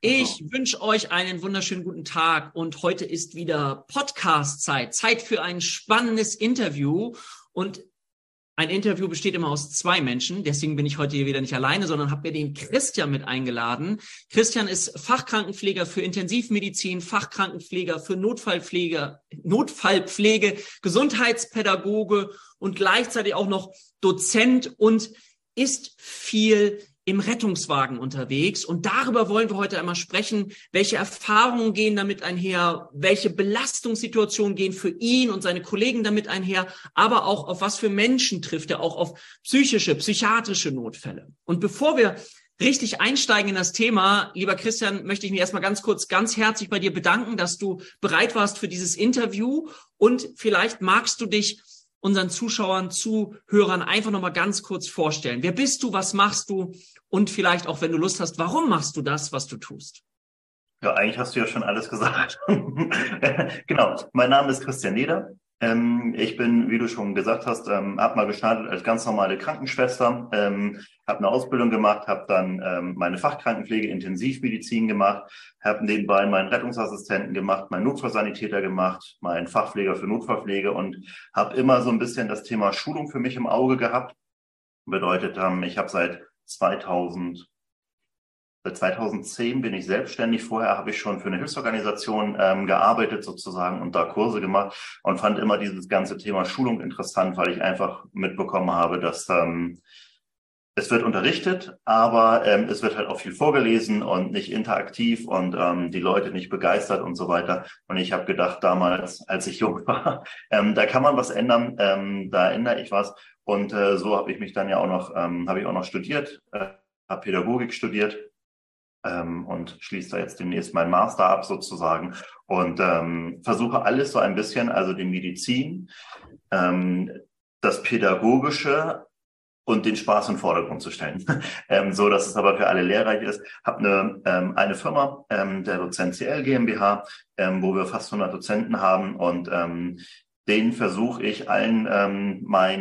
Ich wünsche euch einen wunderschönen guten Tag und heute ist wieder Podcast-Zeit. Zeit für ein spannendes Interview und ein Interview besteht immer aus zwei Menschen, deswegen bin ich heute hier wieder nicht alleine, sondern habe mir den Christian mit eingeladen. Christian ist Fachkrankenpfleger für Intensivmedizin, Fachkrankenpfleger für Notfallpflege, Gesundheitspädagoge und gleichzeitig auch noch Dozent und ist viel im Rettungswagen unterwegs. Und darüber wollen wir heute einmal sprechen, welche Erfahrungen gehen damit einher, welche Belastungssituationen gehen für ihn und seine Kollegen damit einher, aber auch auf was für Menschen trifft er, auch auf psychiatrische Notfälle. Und bevor wir richtig einsteigen in das Thema, lieber Christian, möchte ich mich erstmal ganz herzlich bei dir bedanken, dass du bereit warst für dieses Interview. Und vielleicht magst du dich unseren Zuschauern, Zuhörern einfach nochmal ganz kurz vorstellen. Wer bist du, was machst du und vielleicht auch, wenn du Lust hast, warum machst du das, was du tust? Ja, eigentlich hast du ja schon alles gesagt. Genau, mein Name ist Christian Leder. Ich bin, wie du schon gesagt hast, hab mal gestartet als ganz normale Krankenschwester, habe eine Ausbildung gemacht, habe dann meine Fachkrankenpflege Intensivmedizin gemacht, habe nebenbei meinen Rettungsassistenten gemacht, meinen Notfallsanitäter gemacht, meinen Fachpfleger für Notfallpflege und habe immer so ein bisschen das Thema Schulung für mich im Auge gehabt. Bedeutet, ich habe seit 2010 bin ich selbstständig. Vorher habe ich schon für eine Hilfsorganisation gearbeitet sozusagen und da Kurse gemacht und fand immer dieses ganze Thema Schulung interessant, weil ich einfach mitbekommen habe, dass es wird unterrichtet, aber es wird halt auch viel vorgelesen und nicht interaktiv und die Leute nicht begeistert und so weiter. Und ich habe gedacht damals, als ich jung war, da kann man was ändern, da ändere ich was. Und so habe ich mich dann ja auch noch, habe ich auch noch studiert, habe Pädagogik studiert. Und schließe da jetzt demnächst meinen Master ab sozusagen und versuche alles so ein bisschen, also die Medizin, das Pädagogische und den Spaß in den Vordergrund zu stellen, so dass es aber für alle lehrreich ist. Habe eine Firma, der Dozent CL GmbH, wo wir fast 100 Dozenten haben und denen versuche ich allen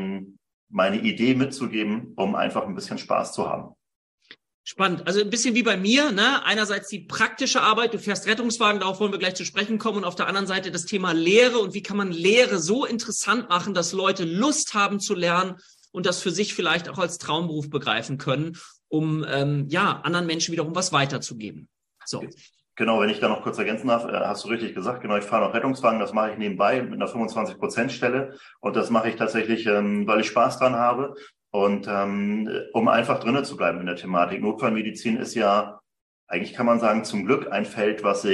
meine Idee mitzugeben, um einfach ein bisschen Spaß zu haben. Spannend. Also ein bisschen wie bei mir, ne? Einerseits die praktische Arbeit, du fährst Rettungswagen, darauf wollen wir gleich zu sprechen kommen, und auf der anderen Seite das Thema Lehre und wie kann man Lehre so interessant machen, dass Leute Lust haben zu lernen und das für sich vielleicht auch als Traumberuf begreifen können, um anderen Menschen wiederum was weiterzugeben. So. Genau, wenn ich da noch kurz ergänzen darf, hast du richtig gesagt, genau, ich fahre noch Rettungswagen, das mache ich nebenbei mit einer 25%-Stelle und das mache ich tatsächlich, weil ich Spaß dran habe. Und um einfach drinnen zu bleiben in der Thematik. Notfallmedizin ist ja, eigentlich kann man sagen, zum Glück ein Feld, was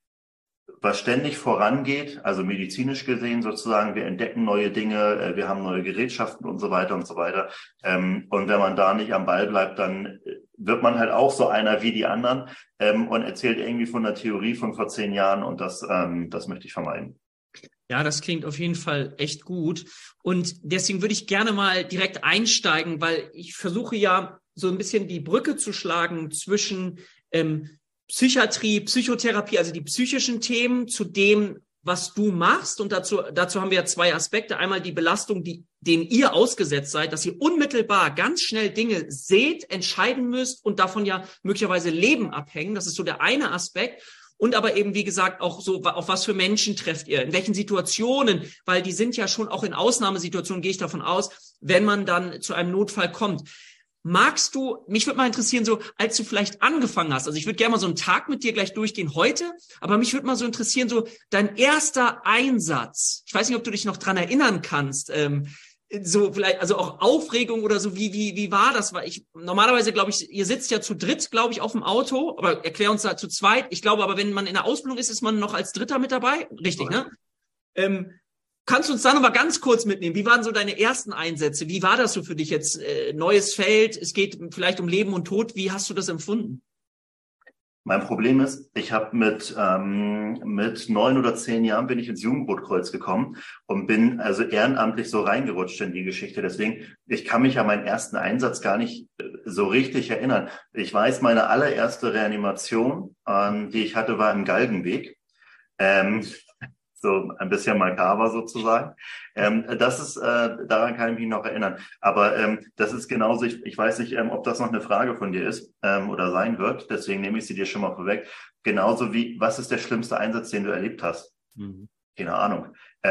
ständig vorangeht, also medizinisch gesehen sozusagen. Wir entdecken neue Dinge, wir haben neue Gerätschaften und so weiter und so weiter. Und wenn man da nicht am Ball bleibt, dann wird man halt auch so einer wie die anderen und erzählt irgendwie von der Theorie von vor 10 Jahren und das möchte ich vermeiden. Ja, das klingt auf jeden Fall echt gut. Und deswegen würde ich gerne mal direkt einsteigen, weil ich versuche ja so ein bisschen die Brücke zu schlagen zwischen Psychiatrie, Psychotherapie, also die psychischen Themen, zu dem, was du machst. Und dazu haben wir ja zwei Aspekte. Einmal die Belastung, denen ihr ausgesetzt seid, dass ihr unmittelbar ganz schnell Dinge seht, entscheiden müsst und davon ja möglicherweise Leben abhängen. Das ist so der eine Aspekt. Und aber eben, wie gesagt, auch so, auf was für Menschen trefft ihr, in welchen Situationen, weil die sind ja schon auch in Ausnahmesituationen, gehe ich davon aus, wenn man dann zu einem Notfall kommt. Mich würde mal interessieren, so als du vielleicht angefangen hast, also ich würde gerne mal so einen Tag mit dir gleich durchgehen heute, aber mich würde mal so interessieren, so dein erster Einsatz. Ich weiß nicht, ob du dich noch dran erinnern kannst, so vielleicht, also auch Aufregung oder so, wie war das? Weil normalerweise glaube ich, ihr sitzt ja zu dritt, glaube ich, auf dem Auto, aber erklär uns da zu zweit. Ich glaube aber, wenn man in der Ausbildung ist, ist man noch als Dritter mit dabei. Richtig, ne? Kannst du uns da noch mal ganz kurz mitnehmen? Wie waren so deine ersten Einsätze? Wie war das so für dich jetzt? Neues Feld, es geht vielleicht um Leben und Tod. Wie hast du das empfunden? Mein Problem ist, ich habe mit 9 oder 10 Jahren bin ich ins Jugendrotkreuz gekommen und bin also ehrenamtlich so reingerutscht in die Geschichte. Deswegen, ich kann mich an meinen ersten Einsatz gar nicht so richtig erinnern. Ich weiß, meine allererste Reanimation, die ich hatte, war im Galgenweg. So ein bisschen makaber sozusagen. Daran kann ich mich noch erinnern. Aber das ist genauso, ich weiß nicht, ob das noch eine Frage von dir ist oder sein wird. Deswegen nehme ich sie dir schon mal vorweg. Genauso wie, was ist der schlimmste Einsatz, den du erlebt hast? Mhm. Keine Ahnung.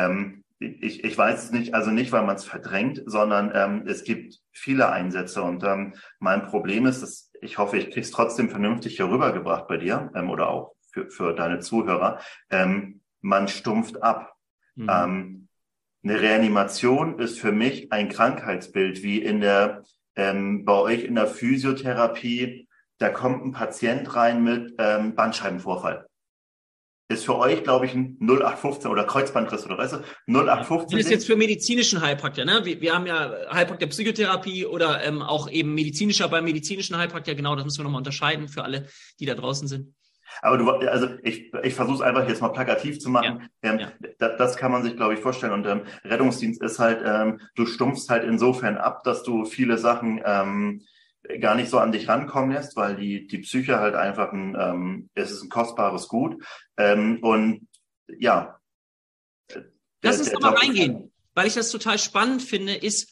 Ich weiß es nicht, also nicht, weil man es verdrängt, sondern es gibt viele Einsätze. Und mein Problem ist, dass ich hoffe, ich krieg's trotzdem vernünftig hier rübergebracht bei dir oder auch für deine Zuhörer. Man stumpft ab. Mhm. Eine Reanimation ist für mich ein Krankheitsbild, wie bei euch in der Physiotherapie, da kommt ein Patient rein mit Bandscheibenvorfall. Ist für euch, glaube ich, ein 0815 oder Kreuzbandriss oder weißt du, 0815. Das ist jetzt für medizinischen Heilpraktiker, ne? Wir haben ja Heilpraktiker Psychotherapie oder auch eben beim medizinischen Heilpraktiker, genau, das müssen wir nochmal unterscheiden für alle, die da draußen sind. Aber ich versuche es einfach jetzt mal plakativ zu machen. Ja. Das kann man sich, glaube ich, vorstellen. Und Rettungsdienst ist halt, du stumpfst halt insofern ab, dass du viele Sachen gar nicht so an dich rankommen lässt, weil die Psyche halt einfach es ist ein kostbares Gut. Und ja. Lass uns nochmal reingehen, weil ich das total spannend finde, ist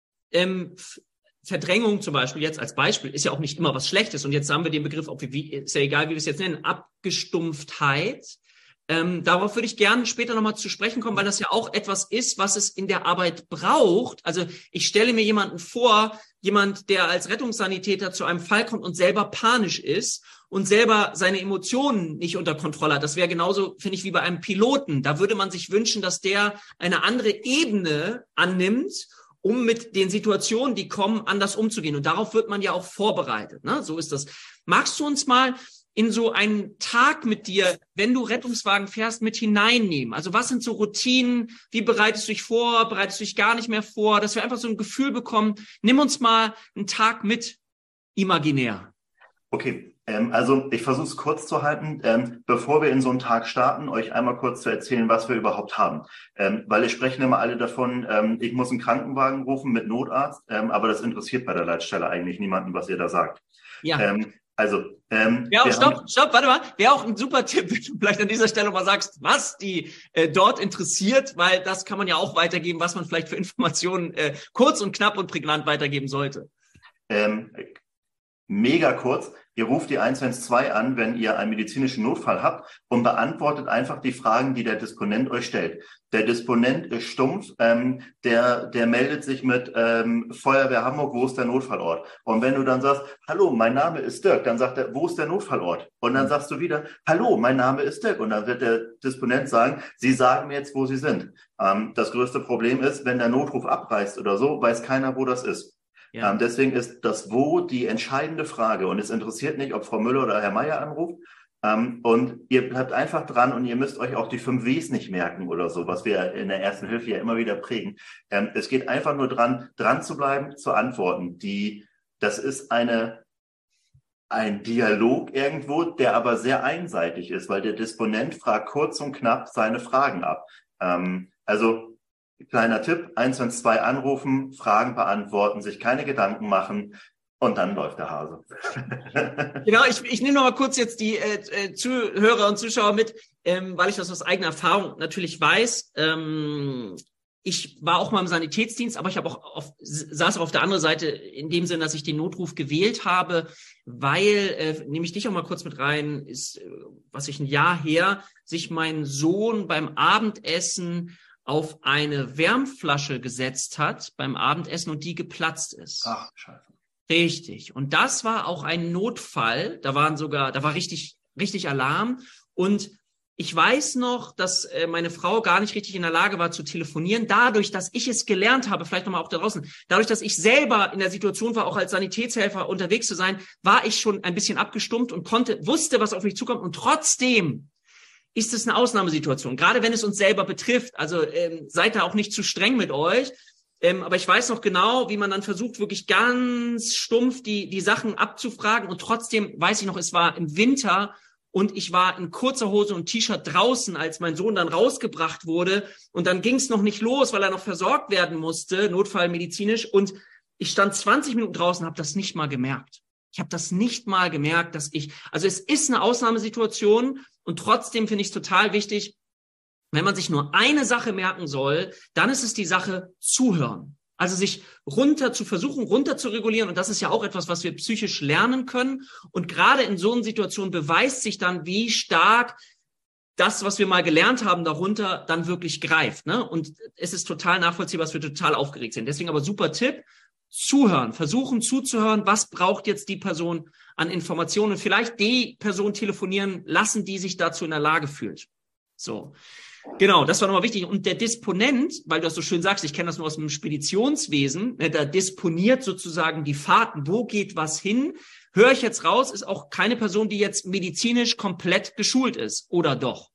Verdrängung zum Beispiel jetzt als Beispiel ist ja auch nicht immer was Schlechtes. Und jetzt haben wir den Begriff, ist ja egal, wie wir es jetzt nennen, Abgestumpftheit. Darauf würde ich gerne später nochmal zu sprechen kommen, weil das ja auch etwas ist, was es in der Arbeit braucht. Also ich stelle mir jemanden vor, jemand, der als Rettungssanitäter zu einem Fall kommt und selber panisch ist und selber seine Emotionen nicht unter Kontrolle hat. Das wäre genauso, finde ich, wie bei einem Piloten. Da würde man sich wünschen, dass der eine andere Ebene annimmt, um mit den Situationen, die kommen, anders umzugehen. Und darauf wird man ja auch vorbereitet. Ne? So ist das. Magst du uns mal in so einen Tag mit dir, wenn du Rettungswagen fährst, mit hineinnehmen? Also was sind so Routinen? Wie bereitest du dich vor? Bereitest du dich gar nicht mehr vor? Dass wir einfach so ein Gefühl bekommen. Nimm uns mal einen Tag mit, imaginär. Okay. Also ich versuche es kurz zu halten, bevor wir in so einen Tag starten, euch einmal kurz zu erzählen, was wir überhaupt haben. Weil es sprechen immer alle davon, ich muss einen Krankenwagen rufen mit Notarzt, aber das interessiert bei der Leitstelle eigentlich niemanden, was ihr da sagt. Ja. Stopp, warte mal. Wäre auch ein super Tipp, wenn du vielleicht an dieser Stelle mal sagst, was die dort interessiert, weil das kann man ja auch weitergeben, was man vielleicht für Informationen kurz und knapp und prägnant weitergeben sollte. Mega kurz. Ihr ruft die 112 an, wenn ihr einen medizinischen Notfall habt und beantwortet einfach die Fragen, die der Disponent euch stellt. Der Disponent ist stumpf, der meldet sich mit Feuerwehr Hamburg, wo ist der Notfallort? Und wenn du dann sagst, hallo, mein Name ist Dirk, dann sagt er, wo ist der Notfallort? Und dann sagst du wieder, hallo, mein Name ist Dirk. Und dann wird der Disponent sagen, Sie sagen mir jetzt, wo Sie sind. Das größte Problem ist, wenn der Notruf abreißt oder so, weiß keiner, wo das ist. Ja. Deswegen ist das Wo die entscheidende Frage und es interessiert nicht, ob Frau Müller oder Herr Meier anruft und ihr bleibt einfach dran und ihr müsst euch auch die 5 Ws nicht merken oder so, was wir in der Ersten Hilfe ja immer wieder prägen. Es geht einfach nur dran zu bleiben, zu antworten. Das ist ein Dialog irgendwo, der aber sehr einseitig ist, weil der Disponent fragt kurz und knapp seine Fragen ab. Kleiner Tipp, 112 anrufen, Fragen beantworten, sich keine Gedanken machen und dann läuft der Hase. Genau, ich nehme noch mal kurz jetzt die Zuhörer und Zuschauer mit, weil ich das aus eigener Erfahrung natürlich weiß. Ich war auch mal im Sanitätsdienst, aber ich habe saß auch auf der anderen Seite in dem Sinne, dass ich den Notruf gewählt habe, weil, nehme ich dich auch mal kurz mit rein, ist, was ich ein Jahr her, sich mein Sohn beim Abendessen auf eine Wärmflasche gesetzt hat beim Abendessen und die geplatzt ist. Ach, scheiße. Richtig. Und das war auch ein Notfall. Da war richtig Alarm. Und ich weiß noch, dass meine Frau gar nicht richtig in der Lage war zu telefonieren. Dadurch, dass ich es gelernt habe, vielleicht nochmal auch da draußen, dadurch, dass ich selber in der Situation war, auch als Sanitätshelfer unterwegs zu sein, war ich schon ein bisschen abgestumpft und wusste, was auf mich zukommt. Und trotzdem ist es eine Ausnahmesituation, gerade wenn es uns selber betrifft. Also seid da auch nicht zu streng mit euch. Aber ich weiß noch genau, wie man dann versucht, wirklich ganz stumpf die Sachen abzufragen. Und trotzdem weiß ich noch, es war im Winter und ich war in kurzer Hose und T-Shirt draußen, als mein Sohn dann rausgebracht wurde. Und dann ging es noch nicht los, weil er noch versorgt werden musste, notfallmedizinisch. Und ich stand 20 Minuten draußen, habe das nicht mal gemerkt. Ich habe das nicht mal gemerkt, also es ist eine Ausnahmesituation und trotzdem finde ich es total wichtig, wenn man sich nur eine Sache merken soll, dann ist es die Sache zuhören. Also sich runter zu regulieren. Und das ist ja auch etwas, was wir psychisch lernen können. Und gerade in so einer Situation beweist sich dann, wie stark das, was wir mal gelernt haben, darunter dann wirklich greift. Ne? Und es ist total nachvollziehbar, dass wir total aufgeregt sind. Deswegen aber super Tipp, zuhören, versuchen zuzuhören, was braucht jetzt die Person an Informationen. Vielleicht die Person telefonieren lassen, die sich dazu in der Lage fühlt. So. Genau, das war nochmal wichtig. Und der Disponent, weil du das so schön sagst, ich kenne das nur aus dem Speditionswesen, der disponiert sozusagen die Fahrten, wo geht was hin, höre ich jetzt raus, ist auch keine Person, die jetzt medizinisch komplett geschult ist, oder doch?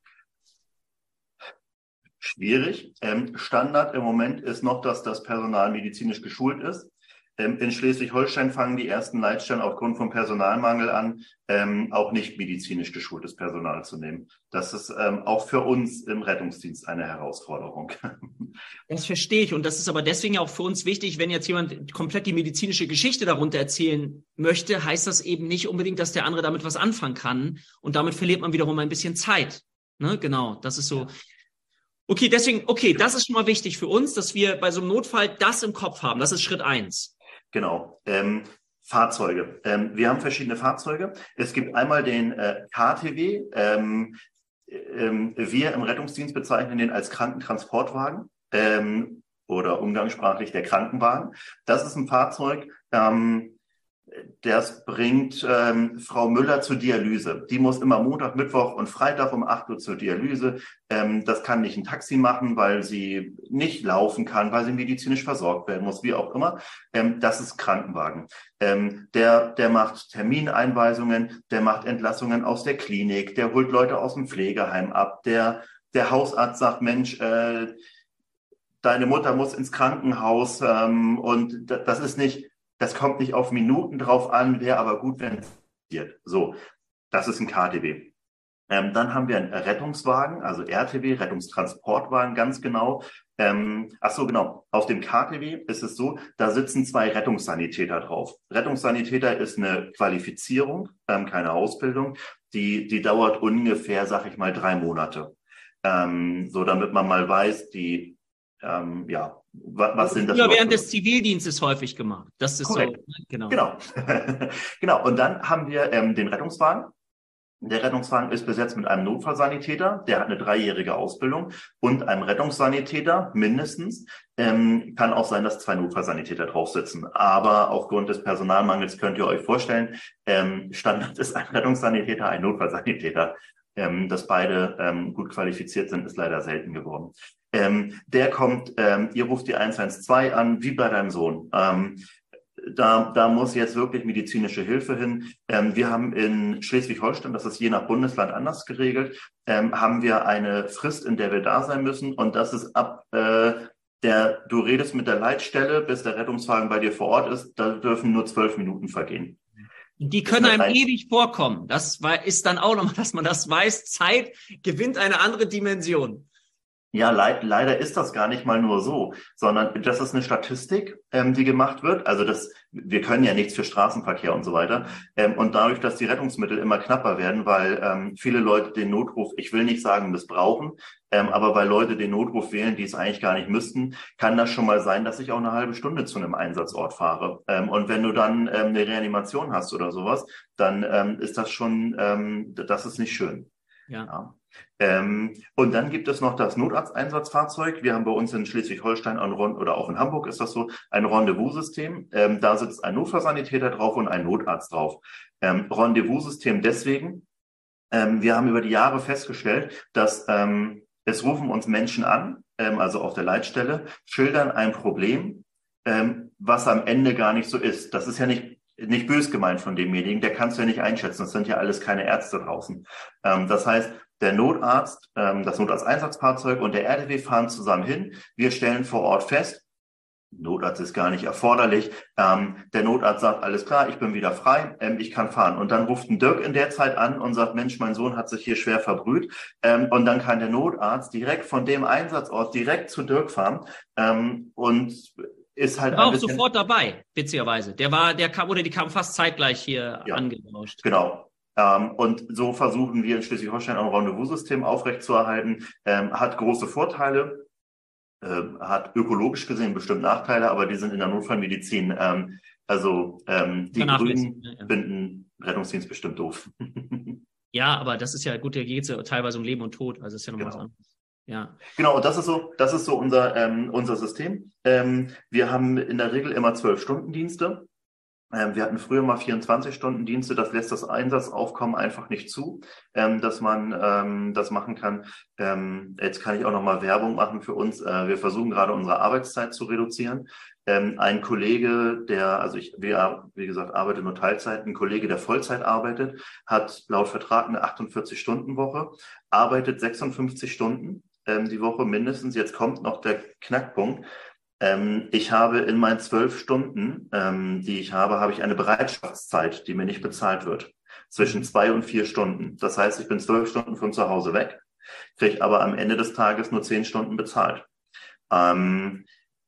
Schwierig. Standard im Moment ist noch, dass das Personal medizinisch geschult ist. In Schleswig-Holstein fangen die ersten Leitstellen aufgrund von Personalmangel an, auch nicht medizinisch geschultes Personal zu nehmen. Das ist auch für uns im Rettungsdienst eine Herausforderung. Das verstehe ich. Und das ist aber deswegen auch für uns wichtig, wenn jetzt jemand komplett die medizinische Geschichte darunter erzählen möchte, heißt das eben nicht unbedingt, dass der andere damit was anfangen kann. Und damit verliert man wiederum ein bisschen Zeit. Ne? Genau, das ist so. Okay, deswegen, das ist schon mal wichtig für uns, dass wir bei so einem Notfall das im Kopf haben. Das ist Schritt 1. Genau. Fahrzeuge. Wir haben verschiedene Fahrzeuge. Es gibt einmal den KTW. Wir im Rettungsdienst bezeichnen den als Krankentransportwagen oder umgangssprachlich der Krankenwagen. Das ist ein Fahrzeug, das bringt Frau Müller zur Dialyse. Die muss immer Montag, Mittwoch und Freitag um 8 Uhr zur Dialyse. Das kann nicht ein Taxi machen, weil sie nicht laufen kann, weil sie medizinisch versorgt werden muss, wie auch immer. Das ist Krankenwagen. Der macht Termineinweisungen, der macht Entlassungen aus der Klinik, der holt Leute aus dem Pflegeheim ab. Der Hausarzt sagt, Mensch, deine Mutter muss ins Krankenhaus und das kommt nicht auf Minuten drauf an, wäre aber gut, wenn es passiert. So, das ist ein KTW. Dann haben wir einen Rettungswagen, also RTW, Rettungstransportwagen, ganz genau. Genau. Auf dem KTW ist es so, da sitzen 2 Rettungssanitäter drauf. Rettungssanitäter ist eine Qualifizierung, keine Ausbildung. Die dauert ungefähr, sag ich mal, 3 Monate. So, damit man mal weiß, was sind das? Ja, während des Zivildienstes häufig gemacht. Das ist korrekt. So, genau. Genau. Und dann haben wir den Rettungswagen. Der Rettungswagen ist besetzt mit einem Notfallsanitäter, der hat eine 3-jährige Ausbildung und einem Rettungssanitäter mindestens. Kann auch sein, dass 2 Notfallsanitäter drauf sitzen. Aber aufgrund des Personalmangels könnt ihr euch vorstellen, Standard ist ein Rettungssanitäter, ein Notfallsanitäter. Dass beide gut qualifiziert sind, ist leider selten geworden. Der kommt, ihr ruft die 112 an, wie bei deinem Sohn. Da muss jetzt wirklich medizinische Hilfe hin. Wir haben in Schleswig-Holstein, das ist je nach Bundesland anders geregelt, haben wir eine Frist, in der wir da sein müssen. Und das ist du redest mit der Leitstelle, bis der Rettungswagen bei dir vor Ort ist, da dürfen nur 12 Minuten vergehen. Die können einem ewig vorkommen. Das ist dann auch nochmal, dass man das weiß. Zeit gewinnt eine andere Dimension. Ja, leider ist das gar nicht mal nur so, sondern das ist eine Statistik, die gemacht wird. Also wir können ja nichts für Straßenverkehr und so weiter. Und dadurch, dass die Rettungsmittel immer knapper werden, weil viele Leute den Notruf, ich will nicht sagen missbrauchen, aber weil Leute den Notruf wählen, die es eigentlich gar nicht müssten, kann das schon mal sein, dass ich auch eine halbe Stunde zu einem Einsatzort fahre. Und wenn du dann eine Reanimation hast oder sowas, dann ist das schon, das ist nicht schön. Ja. Und dann gibt es noch das Notarzteinsatzfahrzeug. Wir haben bei uns in Schleswig-Holstein oder auch in Hamburg ist das so, ein Rendezvous-System. Da sitzt ein Notfallsanitäter drauf und ein Notarzt drauf. Rendezvous-System deswegen. Wir haben über die Jahre festgestellt, dass es rufen uns Menschen an, also auf der Leitstelle, schildern ein Problem, was am Ende gar nicht so ist. Das ist ja nicht bös gemeint von demjenigen, der kannst du ja nicht einschätzen. Das sind ja alles keine Ärzte draußen. Das heißt, der Notarzt, das Notarzteinsatzfahrzeug und der RTW fahren zusammen hin. Wir stellen vor Ort fest, Notarzt ist gar nicht erforderlich. Der Notarzt sagt, alles klar, ich bin wieder frei, ich kann fahren. Und dann ruft ein Dirk in der Zeit an und sagt, Mensch, mein Sohn hat sich hier schwer verbrüht. Und dann kann der Notarzt direkt von dem Einsatzort direkt zu Dirk fahren und ist halt war auch sofort dabei, witzigerweise. Die kam fast zeitgleich hier angelauscht. Genau. Und so versuchen wir in Schleswig-Holstein auch ein Rendezvous-System aufrechtzuerhalten. Hat große Vorteile, hat ökologisch gesehen bestimmt Nachteile, aber die sind in der Notfallmedizin, die Grünen finden Rettungsdienst bestimmt doof. Ja, aber das ist ja gut, da geht es ja teilweise um Leben und Tod, also ist ja noch was anderes. Ja. Genau, und das ist so unser System. Wir haben in der Regel immer 12-Stunden-Dienste. Wir hatten früher mal 24-Stunden-Dienste, das lässt das Einsatzaufkommen einfach nicht zu, dass man das machen kann. Jetzt kann ich auch noch mal Werbung machen für uns. Wir versuchen gerade unsere Arbeitszeit zu reduzieren. Ein Kollege, wie gesagt, arbeite nur Teilzeit, ein Kollege, der Vollzeit arbeitet, hat laut Vertrag eine 48-Stunden-Woche, arbeitet 56 Stunden die Woche mindestens. Jetzt kommt noch der Knackpunkt. Ich habe in meinen 12 Stunden, die ich habe ich eine Bereitschaftszeit, die mir nicht bezahlt wird. Zwischen 2 und 4 Stunden. Das heißt, ich bin 12 Stunden von zu Hause weg, kriege aber am Ende des Tages nur 10 Stunden bezahlt. Und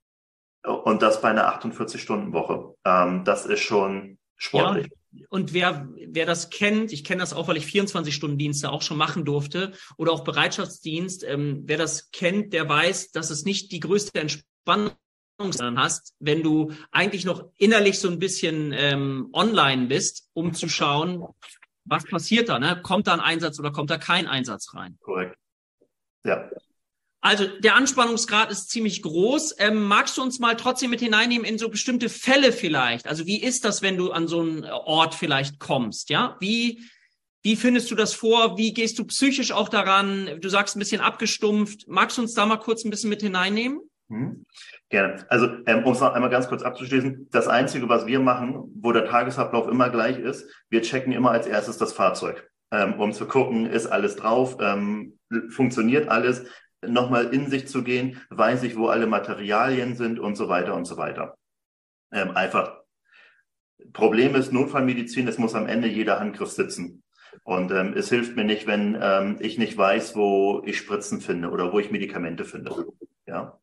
das bei einer 48-Stunden-Woche. Das ist schon sportlich. Ja, und wer das kennt, ich kenne das auch, weil ich 24-Stunden-Dienste auch schon machen durfte oder auch Bereitschaftsdienst, wer das kennt, der weiß, dass es nicht die größte Entspannung hast, wenn du eigentlich noch innerlich so ein bisschen online bist, um zu schauen, was passiert da, ne? Kommt da ein Einsatz oder kommt da kein Einsatz rein? Korrekt. Ja. Also der Anspannungsgrad ist ziemlich groß. Magst du uns mal trotzdem mit hineinnehmen in so bestimmte Fälle vielleicht? Also wie ist das, wenn du an so einen Ort vielleicht kommst? Ja, wie findest du das vor? Wie gehst du psychisch auch daran? Du sagst ein bisschen abgestumpft. Magst du uns da mal kurz ein bisschen mit hineinnehmen? Gerne. Also um es noch einmal ganz kurz abzuschließen, das Einzige, was wir machen, wo der Tagesablauf immer gleich ist, wir checken immer als erstes das Fahrzeug, um zu gucken, ist alles drauf, funktioniert alles, nochmal in sich zu gehen, weiß ich, wo alle Materialien sind und so weiter und so weiter. Einfach. Problem ist Notfallmedizin, es muss am Ende jeder Handgriff sitzen. Und es hilft mir nicht, wenn ich nicht weiß, wo ich Spritzen finde oder wo ich Medikamente finde. Ja.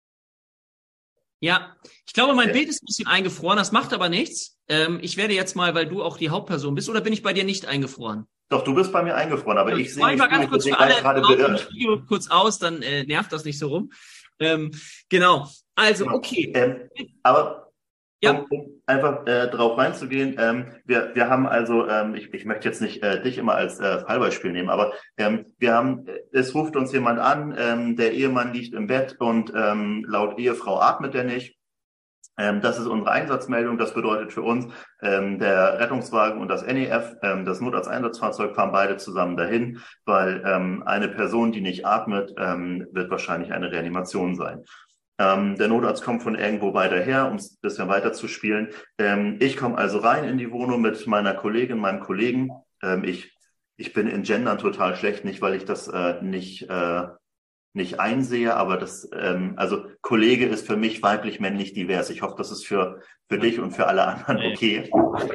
Ja, ich glaube, mein Bild ist ein bisschen eingefroren, das macht aber nichts. Ich werde jetzt mal, weil du auch die Hauptperson bist, oder bin ich bei dir nicht eingefroren? Doch, du bist bei mir eingefroren, aber ich sehe mal ganz kurz für alle gerade beirrt. Kurz aus, dann nervt das nicht so rum. Genau, also okay. Aber um einfach drauf reinzugehen, wir haben also, ich möchte jetzt nicht dich immer als Fallbeispiel nehmen, aber es ruft uns jemand an, der Ehemann liegt im Bett und laut Ehefrau atmet er nicht. Das ist unsere Einsatzmeldung. Das bedeutet für uns, der Rettungswagen und das NEF, das Notarzteinsatzfahrzeug, fahren beide zusammen dahin, weil eine Person, die nicht atmet, wird wahrscheinlich eine Reanimation sein. Der Notarzt kommt von irgendwo weiter her, um es ein bisschen weiter zu spielen. Ich komme also rein in die Wohnung mit meiner Kollegin, meinem Kollegen. Ich bin in Gendern total schlecht, nicht weil ich das nicht einsehe, aber also Kollege ist für mich weiblich-männlich divers. Ich hoffe, das ist für dich und für alle anderen okay.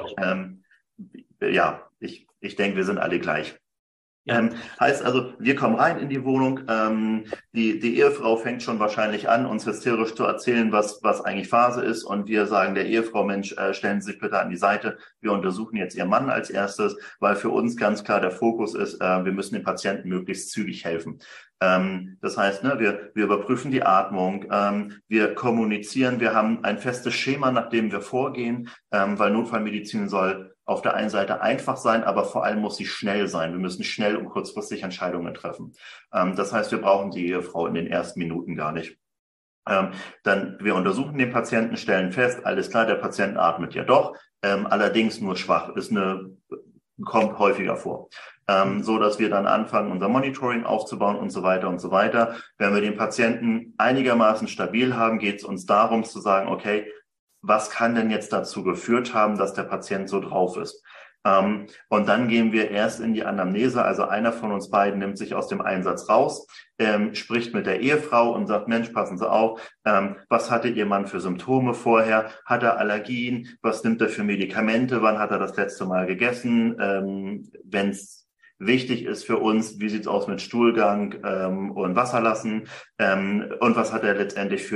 Ich denke, wir sind alle gleich. Heißt also, wir kommen rein in die Wohnung, die Ehefrau fängt schon wahrscheinlich an, uns hysterisch zu erzählen, was eigentlich Phase ist, und wir sagen der Ehefrau, Mensch, stellen Sie sich bitte an die Seite, wir untersuchen jetzt Ihren Mann als erstes, weil für uns ganz klar der Fokus ist, wir müssen den Patienten möglichst zügig helfen. Das heißt, wir überprüfen die Atmung, wir kommunizieren, wir haben ein festes Schema, nach dem wir vorgehen, weil Notfallmedizin soll auf der einen Seite einfach sein, aber vor allem muss sie schnell sein. Wir müssen schnell und kurzfristig Entscheidungen treffen. Das heißt, wir brauchen die Ehefrau in den ersten Minuten gar nicht. Dann wir untersuchen den Patienten, stellen fest, alles klar, der Patient atmet ja doch, allerdings nur schwach, kommt häufiger vor. So dass wir dann anfangen, unser Monitoring aufzubauen und so weiter und so weiter. Wenn wir den Patienten einigermaßen stabil haben, geht es uns darum zu sagen, okay, was kann denn jetzt dazu geführt haben, dass der Patient so drauf ist? Und dann gehen wir erst in die Anamnese, also einer von uns beiden nimmt sich aus dem Einsatz raus, spricht mit der Ehefrau und sagt, Mensch, passen Sie auf, was hatte Ihr Mann für Symptome vorher? Hat er Allergien? Was nimmt er für Medikamente? Wann hat er das letzte Mal gegessen? Wenn es wichtig ist für uns, wie sieht's aus mit Stuhlgang und Wasserlassen? Und was hat er letztendlich für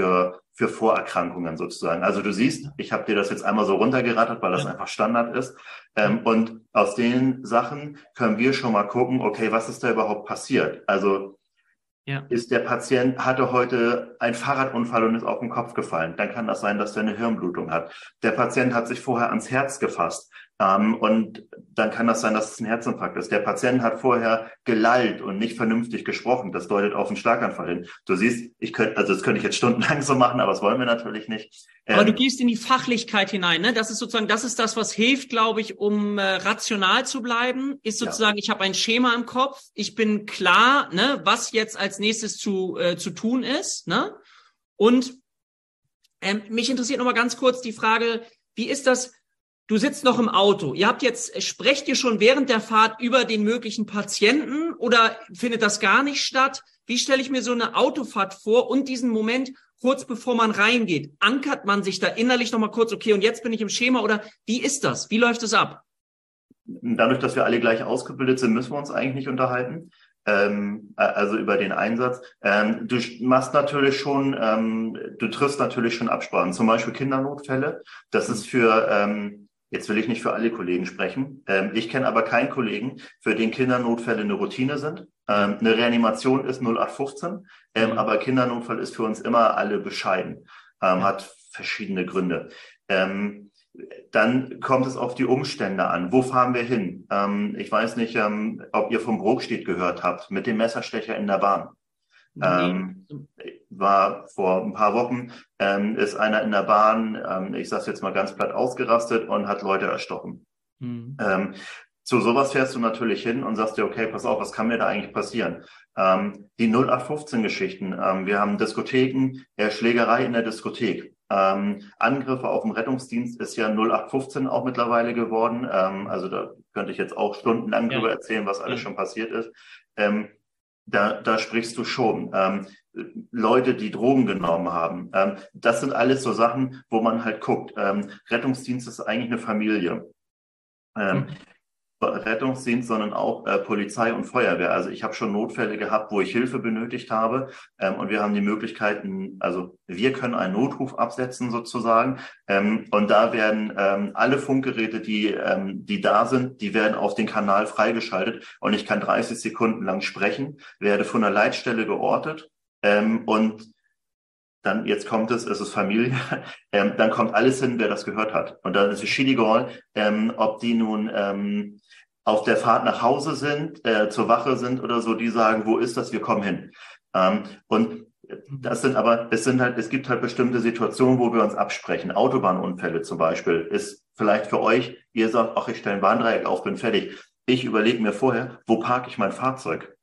für Vorerkrankungen sozusagen. Also du siehst, ich habe dir das jetzt einmal so runtergerattert, weil das einfach Standard ist. Und aus den Sachen können wir schon mal gucken, okay, was ist da überhaupt passiert? Also ist der Patient, hatte heute einen Fahrradunfall und ist auf den Kopf gefallen. Dann kann das sein, dass er eine Hirnblutung hat. Der Patient hat sich vorher ans Herz gefasst. Und dann kann das sein, dass es ein Herzinfarkt ist. Der Patient hat vorher gelallt und nicht vernünftig gesprochen. Das deutet auf einen Schlaganfall hin. Du siehst, das könnte ich jetzt stundenlang so machen, aber das wollen wir natürlich nicht. Aber du gehst in die Fachlichkeit hinein, ne? Das ist sozusagen, das ist das, was hilft, glaube ich, um rational zu bleiben, ist sozusagen, ich habe ein Schema im Kopf, ich bin klar, ne, was jetzt als nächstes zu tun ist, ne? Und mich interessiert noch mal ganz kurz die Frage, wie ist das? Du sitzt noch im Auto. Sprecht ihr schon während der Fahrt über den möglichen Patienten oder findet das gar nicht statt? Wie stelle ich mir so eine Autofahrt vor und diesen Moment kurz bevor man reingeht? Ankert man sich da innerlich nochmal kurz, okay, und jetzt bin ich im Schema oder wie ist das? Wie läuft es ab? Dadurch, dass wir alle gleich ausgebildet sind, müssen wir uns eigentlich nicht unterhalten. Also über den Einsatz. Du machst natürlich schon, du triffst natürlich schon Absprachen, zum Beispiel Kindernotfälle. Das ist jetzt will ich nicht für alle Kollegen sprechen. Ich kenne aber keinen Kollegen, für den Kindernotfälle eine Routine sind. Eine Reanimation ist 0815, aber Kindernotfall ist für uns immer alle bescheiden. Hat verschiedene Gründe. Dann kommt es auf die Umstände an. Wo fahren wir hin? Ich weiß nicht, ob ihr vom Brokstedt gehört habt, mit dem Messerstecher in der Bahn. War vor ein paar Wochen, ist einer in der Bahn, ich sag's jetzt mal ganz platt, ausgerastet und hat Leute erstochen. Zu sowas fährst du natürlich hin und sagst dir, okay, pass auf, was kann mir da eigentlich passieren? Die 0815-Geschichten, wir haben Diskotheken, Schlägerei in der Diskothek. Angriffe auf den Rettungsdienst ist ja 0815 auch mittlerweile geworden. Also da könnte ich jetzt auch stundenlang drüber erzählen, was alles schon passiert ist. Da sprichst du schon. Leute, die Drogen genommen haben. Das sind alles so Sachen, wo man halt guckt. Rettungsdienst ist eigentlich eine Familie. Rettungsdienst, sondern auch Polizei und Feuerwehr. Also ich habe schon Notfälle gehabt, wo ich Hilfe benötigt habe und wir haben die Möglichkeiten, also wir können einen Notruf absetzen sozusagen und da werden alle Funkgeräte, die da sind, die werden auf den Kanal freigeschaltet und ich kann 30 Sekunden lang sprechen, werde von der Leitstelle geortet und dann, jetzt kommt es ist Familie, dann kommt alles hin, wer das gehört hat. Und dann ist es Schiedigol, ob die nun auf der Fahrt nach Hause sind, zur Wache sind oder so, die sagen, wo ist das, wir kommen hin. Und es gibt halt bestimmte Situationen, wo wir uns absprechen. Autobahnunfälle zum Beispiel ist vielleicht für euch, ihr sagt, ach, ich stelle ein Warndreieck auf, bin fertig. Ich überlege mir vorher, wo parke ich mein Fahrzeug?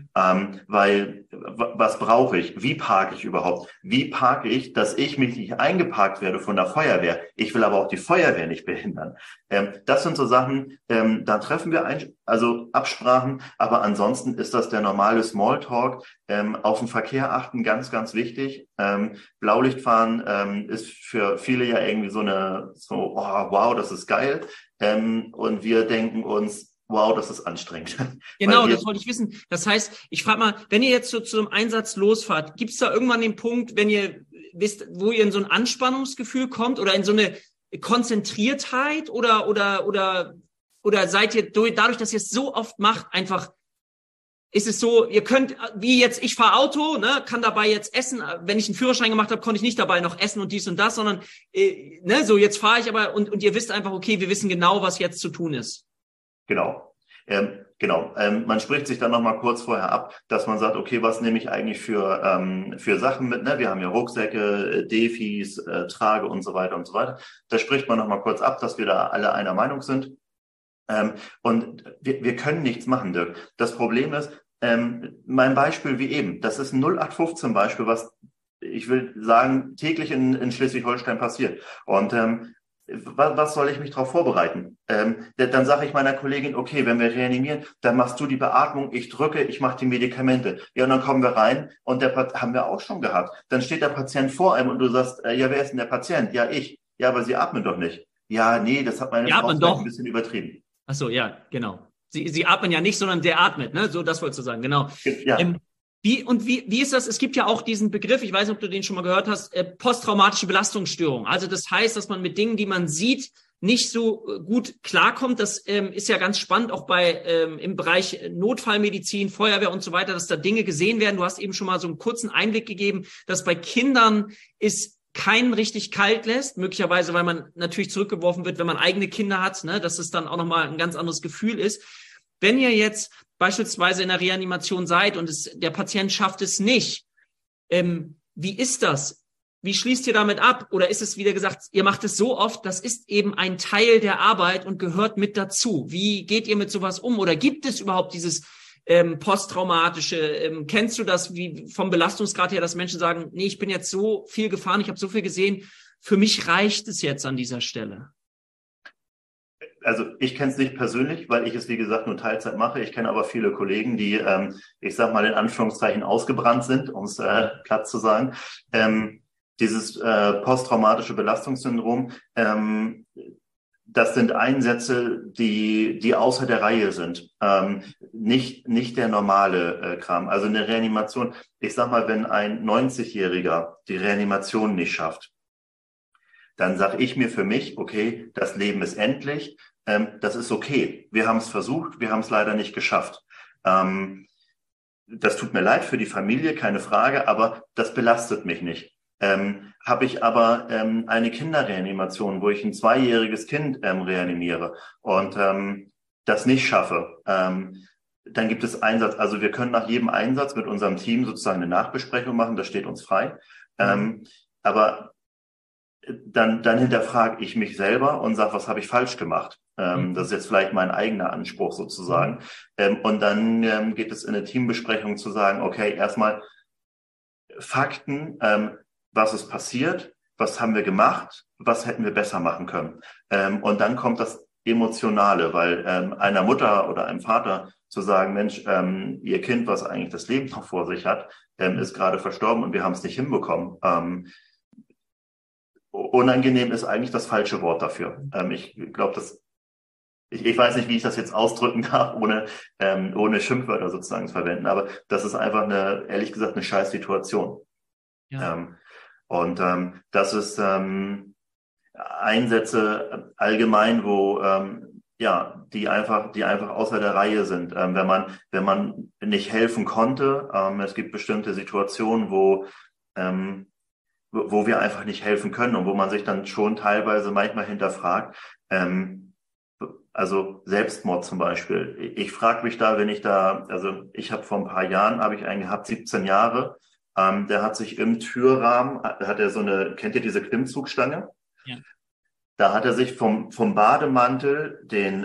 Weil, was brauche ich? Wie parke ich überhaupt? Wie parke ich, dass ich mich nicht eingeparkt werde von der Feuerwehr? Ich will aber auch die Feuerwehr nicht behindern. Das sind so Sachen, da treffen wir also Absprachen, aber ansonsten ist das der normale Smalltalk. Auf den Verkehr achten, ganz, ganz wichtig. Blaulichtfahren ist für viele ja irgendwie oh, wow, das ist geil. Und wir denken uns, wow, das ist anstrengend. Genau, das wollte ich wissen. Das heißt, ich frage mal, wenn ihr jetzt so zum Einsatz losfahrt, gibt es da irgendwann den Punkt, wenn ihr wisst, wo ihr in so ein Anspannungsgefühl kommt oder in so eine Konzentriertheit oder seid ihr dadurch, dass ihr es so oft macht, einfach ist es so, ihr könnt, wie jetzt, ich fahre Auto, ne, kann dabei jetzt essen. Wenn ich einen Führerschein gemacht habe, konnte ich nicht dabei noch essen und dies und das, sondern so jetzt fahre ich aber und ihr wisst einfach, okay, wir wissen genau, was jetzt zu tun ist. Genau. Man spricht sich dann nochmal kurz vorher ab, dass man sagt, okay, was nehme ich eigentlich für Sachen mit, ne? Wir haben ja Rucksäcke, Defis, Trage und so weiter und so weiter. Da spricht man nochmal kurz ab, dass wir da alle einer Meinung sind. Und wir können nichts machen, Dirk. Das Problem ist, mein Beispiel wie eben, das ist ein 0815 Beispiel, was ich will sagen, täglich in Schleswig-Holstein passiert. Und was soll ich mich darauf vorbereiten? Dann sage ich meiner Kollegin, okay, wenn wir reanimieren, dann machst du die Beatmung, ich drücke, ich mache die Medikamente. Ja, und dann kommen wir rein und haben wir auch schon gehabt. Dann steht der Patient vor einem und du sagst, ja, wer ist denn der Patient? Ja, ich. Ja, aber Sie atmen doch nicht. Ja, nee, das hat meine Frau ein bisschen übertrieben. Ach so, ja, genau. Sie atmen ja nicht, sondern der atmet, ne? So, das wolltest du sagen, genau. Ja. Wie ist das? Es gibt ja auch diesen Begriff, ich weiß nicht, ob du den schon mal gehört hast, posttraumatische Belastungsstörung. Also das heißt, dass man mit Dingen, die man sieht, nicht so gut klarkommt. Das ist ja ganz spannend, auch im Bereich Notfallmedizin, Feuerwehr und so weiter, dass da Dinge gesehen werden. Du hast eben schon mal so einen kurzen Einblick gegeben, dass bei Kindern es keinen richtig kalt lässt, möglicherweise, weil man natürlich zurückgeworfen wird, wenn man eigene Kinder hat, ne, dass es dann auch nochmal ein ganz anderes Gefühl ist. Wenn ihr jetzt beispielsweise in der Reanimation seid und der Patient schafft es nicht, wie ist das? Wie schließt ihr damit ab? Oder ist es, wieder gesagt, ihr macht es so oft, das ist eben ein Teil der Arbeit und gehört mit dazu. Wie geht ihr mit sowas um? Oder gibt es überhaupt dieses posttraumatische? Kennst du das wie vom Belastungsgrad her, dass Menschen sagen, nee, ich bin jetzt so viel gefahren, ich habe so viel gesehen, für mich reicht es jetzt an dieser Stelle? Also ich kenne es nicht persönlich, weil ich es, wie gesagt, nur Teilzeit mache. Ich kenne aber viele Kollegen, die, ich sag mal in Anführungszeichen, ausgebrannt sind, um es platt zu sagen. Dieses posttraumatische Belastungssyndrom, das sind Einsätze, die außer der Reihe sind. Nicht der normale Kram. Also eine Reanimation, ich sag mal, wenn ein 90-Jähriger die Reanimation nicht schafft, dann sage ich mir für mich, okay, das Leben ist endlich, das ist okay. Wir haben es versucht, wir haben es leider nicht geschafft. Das tut mir leid für die Familie, keine Frage, aber das belastet mich nicht. Habe ich aber eine Kinderreanimation, wo ich ein 2-jähriges Kind reanimiere und das nicht schaffe, dann gibt es Einsatz. Also wir können nach jedem Einsatz mit unserem Team sozusagen eine Nachbesprechung machen, das steht uns frei. Aber dann hinterfrage ich mich selber und sage, was habe ich falsch gemacht? Das ist jetzt vielleicht mein eigener Anspruch sozusagen. Und dann geht es in eine Teambesprechung zu sagen, okay, erstmal Fakten, was ist passiert, was haben wir gemacht, was hätten wir besser machen können. Und dann kommt das Emotionale, weil einer Mutter oder einem Vater zu sagen, Mensch, ihr Kind, was eigentlich das Leben noch vor sich hat, ist gerade verstorben und wir haben es nicht hinbekommen. Unangenehm ist eigentlich das falsche Wort dafür. Ich glaube, ich weiß nicht, wie ich das jetzt ausdrücken darf, ohne Schimpfwörter sozusagen zu verwenden, aber das ist einfach ehrlich gesagt, eine scheiß Situation. Ja. Das ist Einsätze allgemein, wo die einfach außer der Reihe sind. Wenn man nicht helfen konnte, es gibt bestimmte Situationen, wo wir einfach nicht helfen können und wo man sich dann schon teilweise manchmal hinterfragt. Also Selbstmord zum Beispiel. Ich frage mich da, ich habe vor ein paar Jahren, habe ich einen gehabt, 17 Jahre, der hat sich im Türrahmen, kennt ihr diese Klimmzugstange? Ja. Da hat er sich vom Bademantel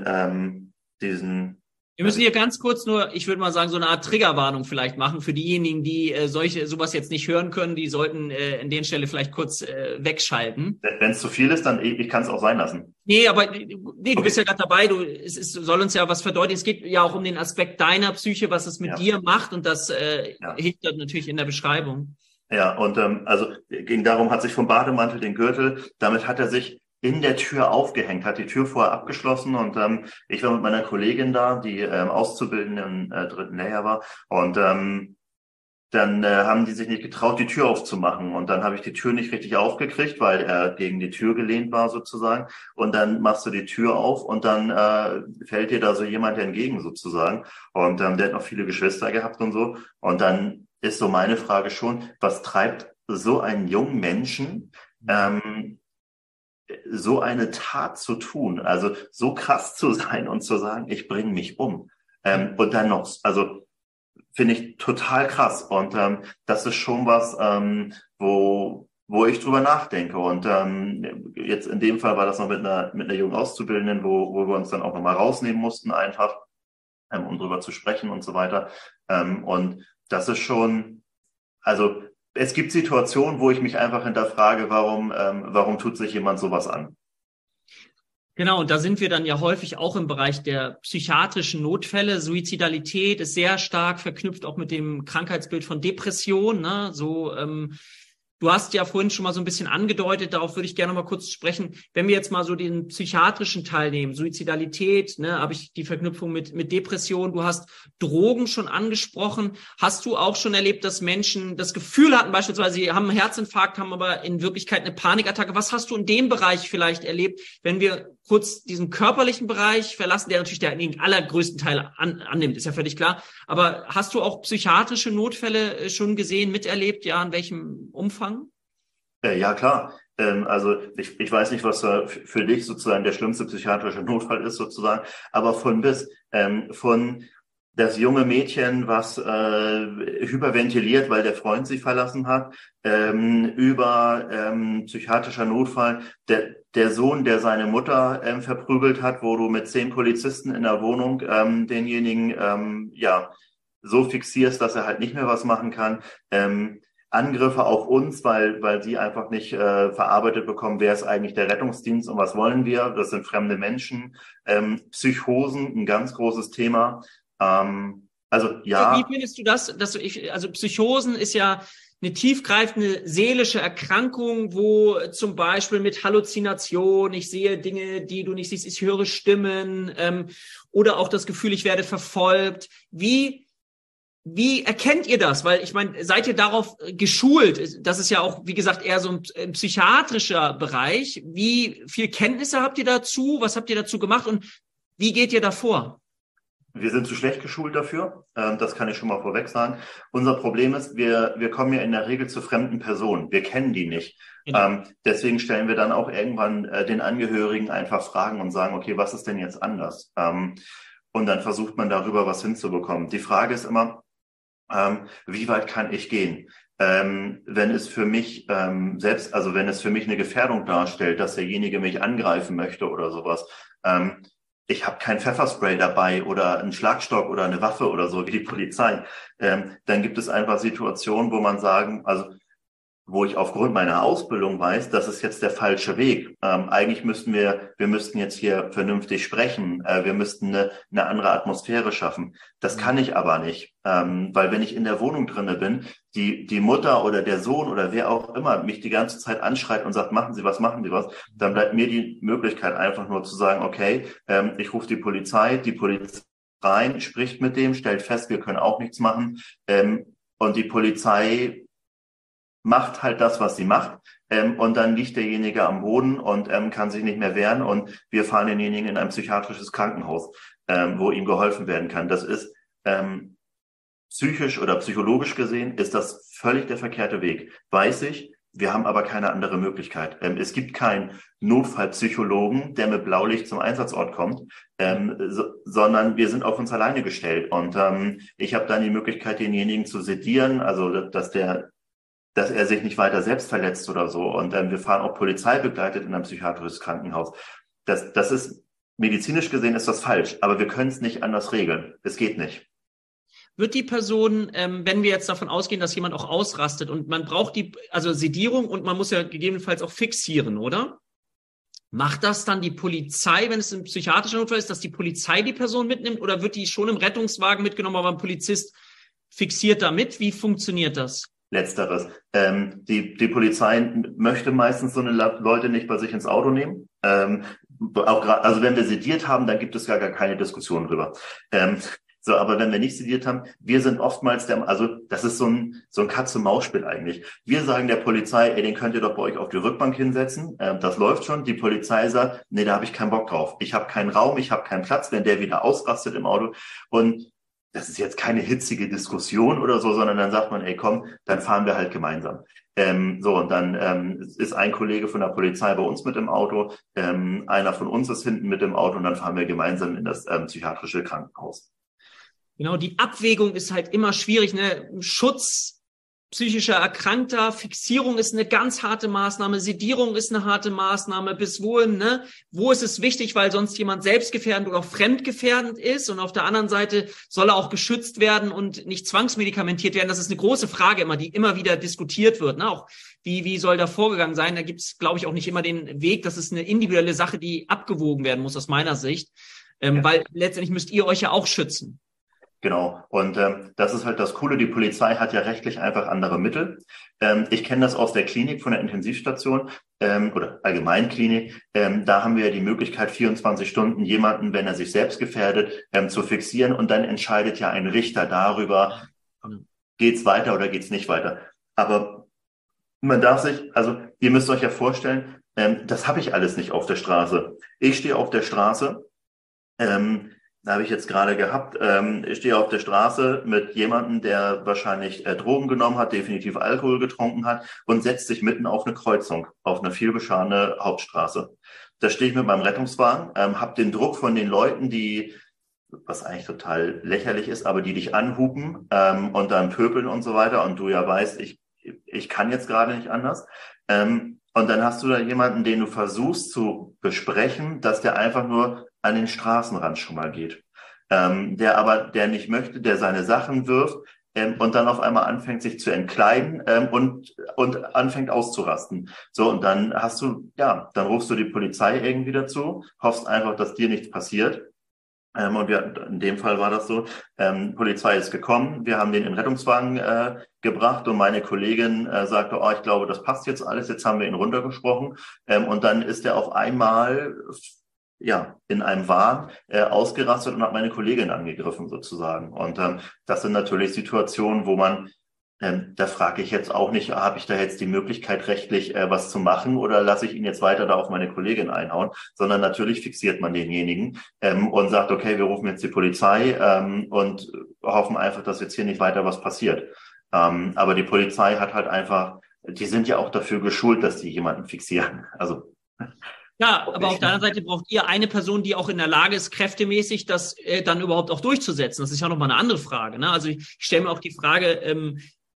Wir müssen hier ganz kurz ich würde mal sagen, so eine Art Triggerwarnung vielleicht machen für diejenigen, die sowas jetzt nicht hören können. Die sollten an der Stelle vielleicht kurz wegschalten. Wenn es zu viel ist, dann ich kann es auch sein lassen. Nee, du bist ja gerade dabei. Soll uns ja was verdeutlichen. Es geht ja auch um den Aspekt deiner Psyche, was es mit dir macht, und das hilft dann natürlich in der Beschreibung. Ja, und ging darum, hat sich vom Bademantel den Gürtel, damit hat er sich in der Tür aufgehängt, hat die Tür vorher abgeschlossen und ich war mit meiner Kollegin da, die Auszubildende im 3. Lehrjahr war, und dann haben die sich nicht getraut, die Tür aufzumachen, und dann habe ich die Tür nicht richtig aufgekriegt, weil er gegen die Tür gelehnt war sozusagen, und dann machst du die Tür auf und dann fällt dir da so jemand entgegen sozusagen, und der hat noch viele Geschwister gehabt und so, und dann ist so meine Frage schon, was treibt so einen jungen Menschen, so eine Tat zu tun, also so krass zu sein und zu sagen, ich bringe mich um. Und dann noch, also finde ich total krass. Und das ist schon was, wo ich drüber nachdenke. Und jetzt in dem Fall war das noch mit einer jungen Auszubildenden, wo wir uns dann auch nochmal rausnehmen mussten, einfach, um drüber zu sprechen und so weiter. Und das ist schon, also es gibt Situationen, wo ich mich einfach hinterfrage, warum tut sich jemand sowas an? Genau, und da sind wir dann ja häufig auch im Bereich der psychiatrischen Notfälle. Suizidalität ist sehr stark verknüpft auch mit dem Krankheitsbild von Depression, ne? So Du hast ja vorhin schon mal so ein bisschen angedeutet, darauf würde ich gerne noch mal kurz sprechen. Wenn wir jetzt mal so den psychiatrischen Teil nehmen, Suizidalität, ne, habe ich die Verknüpfung mit Depression. Du hast Drogen schon angesprochen. Hast du auch schon erlebt, dass Menschen das Gefühl hatten, beispielsweise, sie haben einen Herzinfarkt, haben aber in Wirklichkeit eine Panikattacke? Was hast du in dem Bereich vielleicht erlebt, wenn wir kurz diesen körperlichen Bereich verlassen, der natürlich den allergrößten Teil annimmt, ist ja völlig klar. Aber hast du auch psychiatrische Notfälle schon gesehen, miterlebt? Ja, in welchem Umfang? Ja, klar. Also ich weiß nicht, was für dich sozusagen der schlimmste psychiatrische Notfall ist sozusagen, aber von bis, von das junge Mädchen, was hyperventiliert, weil der Freund sie verlassen hat, über psychiatrischer Notfall, der Sohn, der seine Mutter verprügelt hat, wo du mit 10 Polizisten in der Wohnung denjenigen so fixierst, dass er halt nicht mehr was machen kann. Angriffe auf uns, weil sie einfach nicht verarbeitet bekommen, wer ist eigentlich der Rettungsdienst und was wollen wir? Das sind fremde Menschen. Psychosen, ein ganz großes Thema. Also ja. Wie findest du das? Also Psychosen ist ja eine tiefgreifende seelische Erkrankung, wo zum Beispiel mit Halluzination, ich sehe Dinge, die du nicht siehst, ich höre Stimmen, oder auch das Gefühl, ich werde verfolgt. Wie erkennt ihr das? Weil ich meine, seid ihr darauf geschult? Das ist ja auch, wie gesagt, eher so ein psychiatrischer Bereich. Wie viel Kenntnisse habt ihr dazu? Was habt ihr dazu gemacht und wie geht ihr davor? Wir sind zu schlecht geschult dafür. Das kann ich schon mal vorweg sagen. Unser Problem ist, wir kommen ja in der Regel zu fremden Personen. Wir kennen die nicht. Genau. Deswegen stellen wir dann auch irgendwann den Angehörigen einfach Fragen und sagen, okay, was ist denn jetzt anders? Und dann versucht man darüber was hinzubekommen. Die Frage ist immer, wie weit kann ich gehen? Wenn es für mich wenn es für mich eine Gefährdung darstellt, dass derjenige mich angreifen möchte oder sowas, ich habe kein Pfefferspray dabei oder einen Schlagstock oder eine Waffe oder so wie die Polizei, dann gibt es einfach Situationen, wo ich aufgrund meiner Ausbildung weiß, das ist jetzt der falsche Weg. Eigentlich müssten wir müssten jetzt hier vernünftig sprechen. Wir müssten eine andere Atmosphäre schaffen. Das kann ich aber nicht, weil wenn ich in der Wohnung drinne bin, die Mutter oder der Sohn oder wer auch immer mich die ganze Zeit anschreit und sagt, machen Sie was, dann bleibt mir die Möglichkeit einfach nur zu sagen, okay, ich rufe die Polizei rein, spricht mit dem, stellt fest, wir können auch nichts machen, und die Polizei macht halt das, was sie macht, und dann liegt derjenige am Boden und kann sich nicht mehr wehren und wir fahren denjenigen in ein psychiatrisches Krankenhaus, wo ihm geholfen werden kann. Das ist psychisch oder psychologisch gesehen ist das völlig der verkehrte Weg, weiß ich. Wir haben aber keine andere Möglichkeit. Es gibt keinen Notfallpsychologen, der mit Blaulicht zum Einsatzort kommt, sondern wir sind auf uns alleine gestellt. Und ich habe dann die Möglichkeit, denjenigen zu sedieren, also dass er sich nicht weiter selbst verletzt oder so. Und wir fahren auch polizeibegleitet in ein psychiatrisches Krankenhaus. Das ist, medizinisch gesehen ist das falsch, aber wir können es nicht anders regeln. Es geht nicht. Wird die Person, wenn wir jetzt davon ausgehen, dass jemand auch ausrastet und man braucht also Sedierung und man muss ja gegebenenfalls auch fixieren, oder? Macht das dann die Polizei, wenn es ein psychiatrischer Notfall ist, dass die Polizei die Person mitnimmt oder wird die schon im Rettungswagen mitgenommen, aber ein Polizist fixiert da mit? Wie funktioniert das? Letzteres. Die Polizei möchte meistens so eine Leute nicht bei sich ins Auto nehmen. Also wenn wir sediert haben, dann gibt es gar keine Diskussion drüber. Aber wenn wir nicht sediert haben, wir sind oftmals das ist so ein Katz-und-Maus-Spiel eigentlich. Wir sagen der Polizei, den könnt ihr doch bei euch auf die Rückbank hinsetzen. Das läuft schon. Die Polizei sagt, nee, da habe ich keinen Bock drauf. Ich habe keinen Raum, ich habe keinen Platz, wenn der wieder ausrastet im Auto. Und das ist jetzt keine hitzige Diskussion oder so, sondern dann sagt man, komm, dann fahren wir halt gemeinsam. Und dann ist ein Kollege von der Polizei bei uns mit im Auto, einer von uns ist hinten mit im Auto und dann fahren wir gemeinsam in das psychiatrische Krankenhaus. Genau, die Abwägung ist halt immer schwierig, ne? Schutz psychischer Erkrankter, Fixierung ist eine ganz harte Maßnahme, Sedierung ist eine harte Maßnahme, bis wohin, ne? Wo ist es wichtig, weil sonst jemand selbstgefährdend oder auch fremdgefährdend ist und auf der anderen Seite soll er auch geschützt werden und nicht zwangsmedikamentiert werden. Das ist eine große Frage immer, die immer wieder diskutiert wird, ne? Auch wie soll da vorgegangen sein? Da gibt es, glaube ich, auch nicht immer den Weg. Das ist eine individuelle Sache, die abgewogen werden muss aus meiner Sicht, weil letztendlich müsst ihr euch ja auch schützen. Genau. Und das ist halt das Coole. Die Polizei hat ja rechtlich einfach andere Mittel. Ich kenne das aus der Klinik von der Intensivstation oder Allgemeinklinik. Da haben wir ja die Möglichkeit, 24 Stunden jemanden, wenn er sich selbst gefährdet, zu fixieren. Und dann entscheidet ja ein Richter darüber, geht's weiter oder geht's nicht weiter. Aber man darf sich, also ihr müsst euch ja vorstellen, das habe ich alles nicht auf der Straße. Ich stehe auf der Straße. Da habe ich jetzt gerade gehabt, ich stehe auf der Straße mit jemandem, der wahrscheinlich Drogen genommen hat, definitiv Alkohol getrunken hat und setzt sich mitten auf eine Kreuzung, auf eine vielbefahrene Hauptstraße. Da stehe ich mit meinem Rettungswagen, habe den Druck von den Leuten, die, was eigentlich total lächerlich ist, aber die dich anhupen und dann pöbeln und so weiter und du ja weißt, ich kann jetzt gerade nicht anders. Und dann hast du da jemanden, den du versuchst zu besprechen, dass der einfach nur an den Straßenrand schon mal geht. Der nicht möchte, der seine Sachen wirft und dann auf einmal anfängt, sich zu entkleiden und anfängt auszurasten. So, und dann dann rufst du die Polizei irgendwie dazu, hoffst einfach, dass dir nichts passiert. Und in dem Fall war das so, Polizei ist gekommen, wir haben den in den Rettungswagen gebracht und meine Kollegin sagte, ich glaube, das passt jetzt alles, jetzt haben wir ihn runtergesprochen. Und dann ist er auf einmal in einem Wahn ausgerastet und hat meine Kollegin angegriffen sozusagen. Und das sind natürlich Situationen, wo man da frage ich jetzt auch nicht, habe ich da jetzt die Möglichkeit, rechtlich was zu machen oder lasse ich ihn jetzt weiter da auf meine Kollegin einhauen, sondern natürlich fixiert man denjenigen und sagt, okay, wir rufen jetzt die Polizei und hoffen einfach, dass jetzt hier nicht weiter was passiert. Aber die Polizei hat halt einfach, die sind ja auch dafür geschult, dass die jemanden fixieren. Also ja, aber auf der anderen Seite braucht ihr eine Person, die auch in der Lage ist, kräftemäßig das dann überhaupt auch durchzusetzen. Das ist ja nochmal eine andere Frage. Ne? Also ich stelle mir auch die Frage,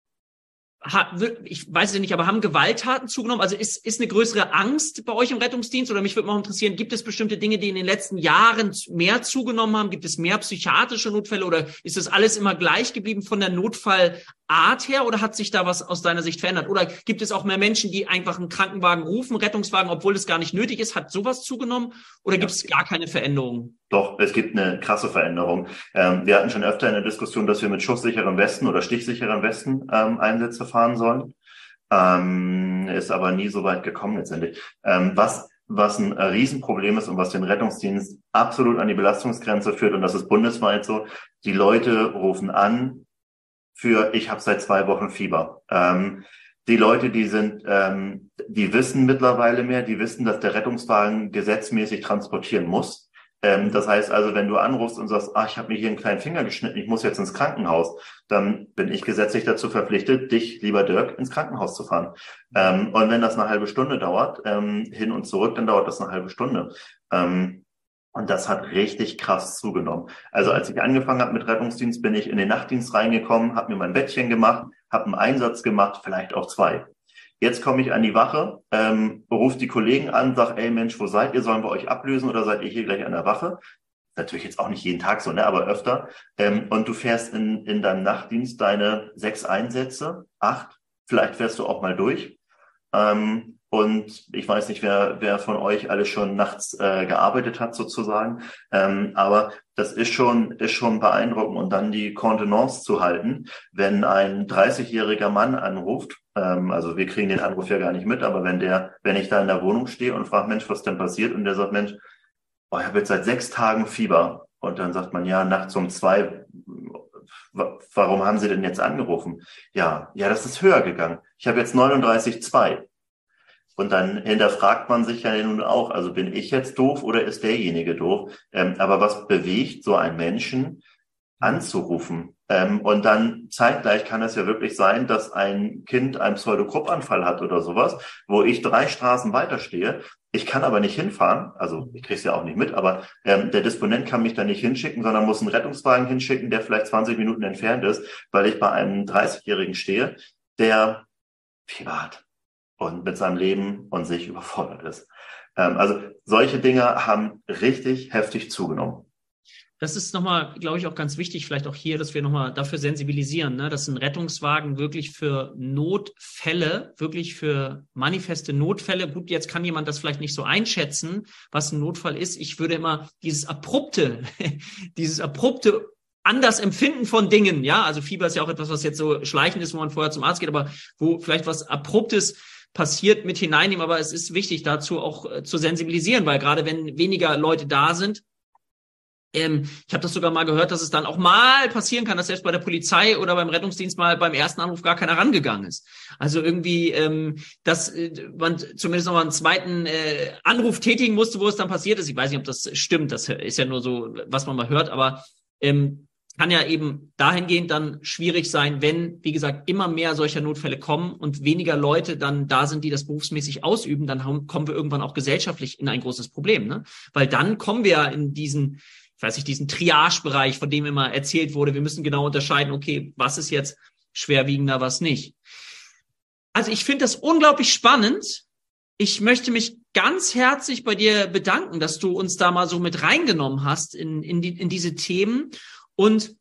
ich weiß es nicht, aber haben Gewalttaten zugenommen? Also ist eine größere Angst bei euch im Rettungsdienst? Oder mich würde mal interessieren, gibt es bestimmte Dinge, die in den letzten Jahren mehr zugenommen haben? Gibt es mehr psychiatrische Notfälle oder ist das alles immer gleich geblieben von der Notfallart her? Oder hat sich da was aus deiner Sicht verändert? Oder gibt es auch mehr Menschen, die einfach einen Krankenwagen rufen, Rettungswagen, obwohl es gar nicht nötig ist? Hat sowas zugenommen? Oder gibt es gar keine Veränderungen? Doch, es gibt eine krasse Veränderung. Wir hatten schon öfter in der Diskussion, dass wir mit schusssicheren Westen oder stichsicheren Westen Einsätze fahren sollen. Ist aber nie so weit gekommen letztendlich. Was ein Riesenproblem ist und was den Rettungsdienst absolut an die Belastungsgrenze führt, und das ist bundesweit so, die Leute rufen an ich habe seit 2 Wochen Fieber. Die Leute, die wissen mittlerweile mehr, die wissen, dass der Rettungswagen gesetzmäßig transportieren muss. Das heißt also, wenn du anrufst und sagst, ich habe mir hier einen kleinen Finger geschnitten, ich muss jetzt ins Krankenhaus, dann bin ich gesetzlich dazu verpflichtet, dich, lieber Dirk, ins Krankenhaus zu fahren. Und wenn das eine halbe Stunde dauert, hin und zurück, dann dauert das eine halbe Stunde. Und das hat richtig krass zugenommen. Also als ich angefangen habe mit Rettungsdienst, bin ich in den Nachtdienst reingekommen, habe mir mein Bettchen gemacht, habe einen Einsatz gemacht, vielleicht auch 2. Jetzt komme ich an die Wache, rufe die Kollegen an, sag, ey Mensch, wo seid ihr? Sollen wir euch ablösen oder seid ihr hier gleich an der Wache? Natürlich jetzt auch nicht jeden Tag so, ne, aber öfter. Und du fährst in deinem Nachtdienst deine 6 Einsätze, 8, vielleicht fährst du auch mal durch. Und ich weiß nicht, wer von euch alles schon nachts gearbeitet hat sozusagen. Aber das ist schon beeindruckend. Und dann die Kontenance zu halten, wenn ein 30-jähriger Mann anruft, also wir kriegen den Anruf ja gar nicht mit, aber wenn ich da in der Wohnung stehe und frage, Mensch, was denn passiert? Und der sagt, Mensch, ich habe jetzt seit 6 Tagen Fieber. Und dann sagt man, ja, nachts um 2, warum haben Sie denn jetzt angerufen? Ja, das ist höher gegangen. Ich habe jetzt 39,2. Und dann hinterfragt man sich ja nun auch, also bin ich jetzt doof oder ist derjenige doof? Aber was bewegt so einen Menschen anzurufen? Und dann zeitgleich kann es ja wirklich sein, dass ein Kind einen Pseudogruppanfall hat oder sowas, wo ich 3 Straßen weiterstehe. Ich kann aber nicht hinfahren, also ich kriege es ja auch nicht mit, aber der Disponent kann mich da nicht hinschicken, sondern muss einen Rettungswagen hinschicken, der vielleicht 20 Minuten entfernt ist, weil ich bei einem 30-Jährigen stehe, der Fieber hat und mit seinem Leben und sich überfordert ist. Also solche Dinge haben richtig heftig zugenommen. Das ist nochmal, glaube ich, auch ganz wichtig, vielleicht auch hier, dass wir nochmal dafür sensibilisieren, ne, dass ein Rettungswagen wirklich für Notfälle, wirklich für manifeste Notfälle, gut, jetzt kann jemand das vielleicht nicht so einschätzen, was ein Notfall ist. Ich würde immer dieses abrupte anders Empfinden von Dingen, ja, also Fieber ist ja auch etwas, was jetzt so schleichend ist, wo man vorher zum Arzt geht, aber wo vielleicht was Abruptes passiert, mit hineinnehmen. Aber es ist wichtig, dazu auch zu sensibilisieren, weil gerade wenn weniger Leute da sind, ich habe das sogar mal gehört, dass es dann auch mal passieren kann, dass selbst bei der Polizei oder beim Rettungsdienst mal beim ersten Anruf gar keiner rangegangen ist. Also irgendwie, dass man zumindest noch mal einen zweiten Anruf tätigen musste, wo es dann passiert ist. Ich weiß nicht, ob das stimmt. Das ist ja nur so, was man mal hört. Aber kann ja eben dahingehend dann schwierig sein, wenn, wie gesagt, immer mehr solcher Notfälle kommen und weniger Leute dann da sind, die das berufsmäßig ausüben, dann kommen wir irgendwann auch gesellschaftlich in ein großes Problem, ne? Weil dann kommen wir ja in diesen Triage-Bereich, von dem immer erzählt wurde. Wir müssen genau unterscheiden, okay, was ist jetzt schwerwiegender, was nicht. Also ich finde das unglaublich spannend. Ich möchte mich ganz herzlich bei dir bedanken, dass du uns da mal so mit reingenommen hast in diese Themen und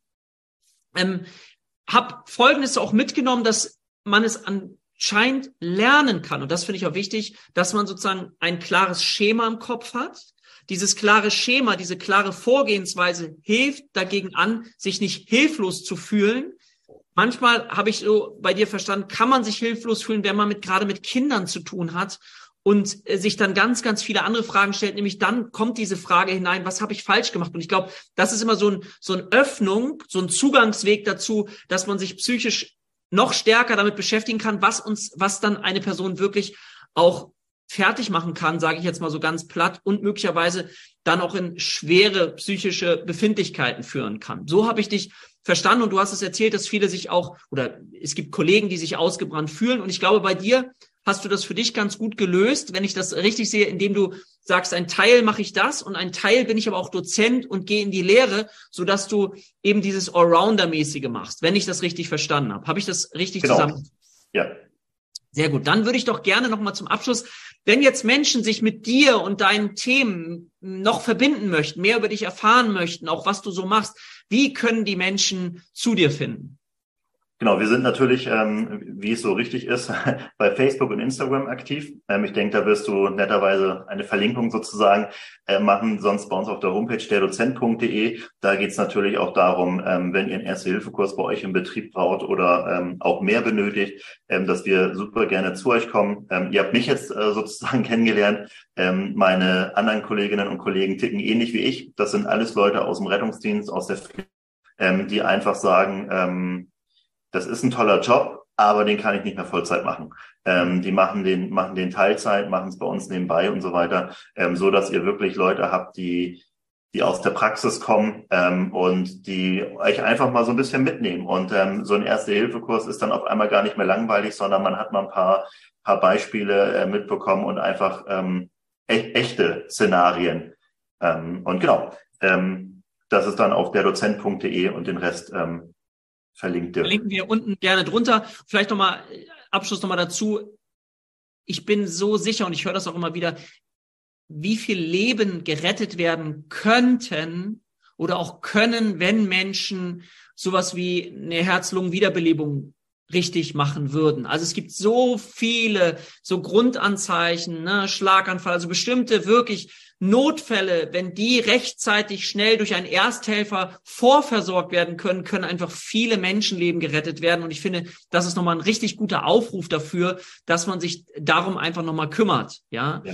habe Folgendes auch mitgenommen, dass man es anscheinend lernen kann. Und das finde ich auch wichtig, dass man sozusagen ein klares Schema im Kopf hat. Dieses klare Schema, diese klare Vorgehensweise hilft dagegen an, sich nicht hilflos zu fühlen. Manchmal habe ich so bei dir verstanden, kann man sich hilflos fühlen, wenn man gerade mit Kindern zu tun hat und sich dann ganz, ganz viele andere Fragen stellt. Nämlich dann kommt diese Frage hinein, was habe ich falsch gemacht? Und ich glaube, das ist immer so eine Öffnung, so ein Zugangsweg dazu, dass man sich psychisch noch stärker damit beschäftigen kann, was dann eine Person wirklich auch fertig machen kann, sage ich jetzt mal so ganz platt, und möglicherweise dann auch in schwere psychische Befindlichkeiten führen kann. So habe ich dich verstanden und du hast es erzählt, dass viele sich auch, oder es gibt Kollegen, die sich ausgebrannt fühlen, und ich glaube, bei dir hast du das für dich ganz gut gelöst, wenn ich das richtig sehe, indem du sagst, ein Teil mache ich das und ein Teil bin ich aber auch Dozent und gehe in die Lehre, sodass du eben dieses Allrounder-mäßige machst, wenn ich das richtig verstanden habe. Habe ich das richtig zusammen? Ja. Sehr gut. Dann würde ich doch gerne nochmal zum Abschluss, wenn jetzt Menschen sich mit dir und deinen Themen noch verbinden möchten, mehr über dich erfahren möchten, auch was du so machst, wie können die Menschen zu dir finden? Genau, wir sind natürlich, wie es so richtig ist, bei Facebook und Instagram aktiv. Ich denke, da wirst du netterweise eine Verlinkung sozusagen machen, sonst bei uns auf der Homepage derdozent.de. Da geht es natürlich auch darum, wenn ihr einen Erste-Hilfe-Kurs bei euch im Betrieb braucht oder auch mehr benötigt, dass wir super gerne zu euch kommen. Ihr habt mich jetzt sozusagen kennengelernt. Meine anderen Kolleginnen und Kollegen ticken ähnlich wie ich. Das sind alles Leute aus dem Rettungsdienst, aus der die einfach sagen, das ist ein toller Job, aber den kann ich nicht mehr Vollzeit machen. Die machen den Teilzeit, machen es bei uns nebenbei und so weiter, so dass ihr wirklich Leute habt, die aus der Praxis kommen und die euch einfach mal so ein bisschen mitnehmen. Und so ein Erste-Hilfe-Kurs ist dann auf einmal gar nicht mehr langweilig, sondern man hat mal ein paar Beispiele mitbekommen und einfach echte Szenarien. Und genau, das ist dann auf derdozent.de und den Rest Verlinken wir unten gerne drunter. Vielleicht nochmal, Abschluss nochmal dazu. Ich bin so sicher, und ich höre das auch immer wieder, wie viel Leben gerettet werden könnten oder auch können, wenn Menschen sowas wie eine Herz-Lungen-Wiederbelebung richtig machen würden. Also es gibt so viele so Grundanzeichen, ne, Schlaganfall, also bestimmte wirklich Notfälle, wenn die rechtzeitig schnell durch einen Ersthelfer vorversorgt werden können, können einfach viele Menschenleben gerettet werden. Und ich finde, das ist nochmal ein richtig guter Aufruf dafür, dass man sich darum einfach nochmal kümmert. Ja.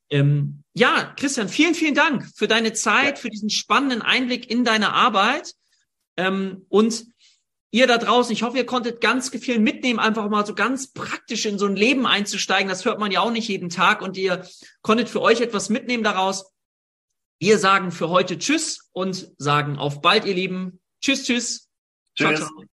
Ja, Christian, vielen, vielen Dank für deine Zeit, für diesen spannenden Einblick in deine Arbeit. Und ihr da draußen, ich hoffe, ihr konntet ganz viel mitnehmen, einfach mal so ganz praktisch in so ein Leben einzusteigen. Das hört man ja auch nicht jeden Tag, und ihr konntet für euch etwas mitnehmen daraus. Wir sagen für heute Tschüss und sagen auf bald, ihr Lieben. Tschüss, tschüss. Tschüss. Ciao, ciao.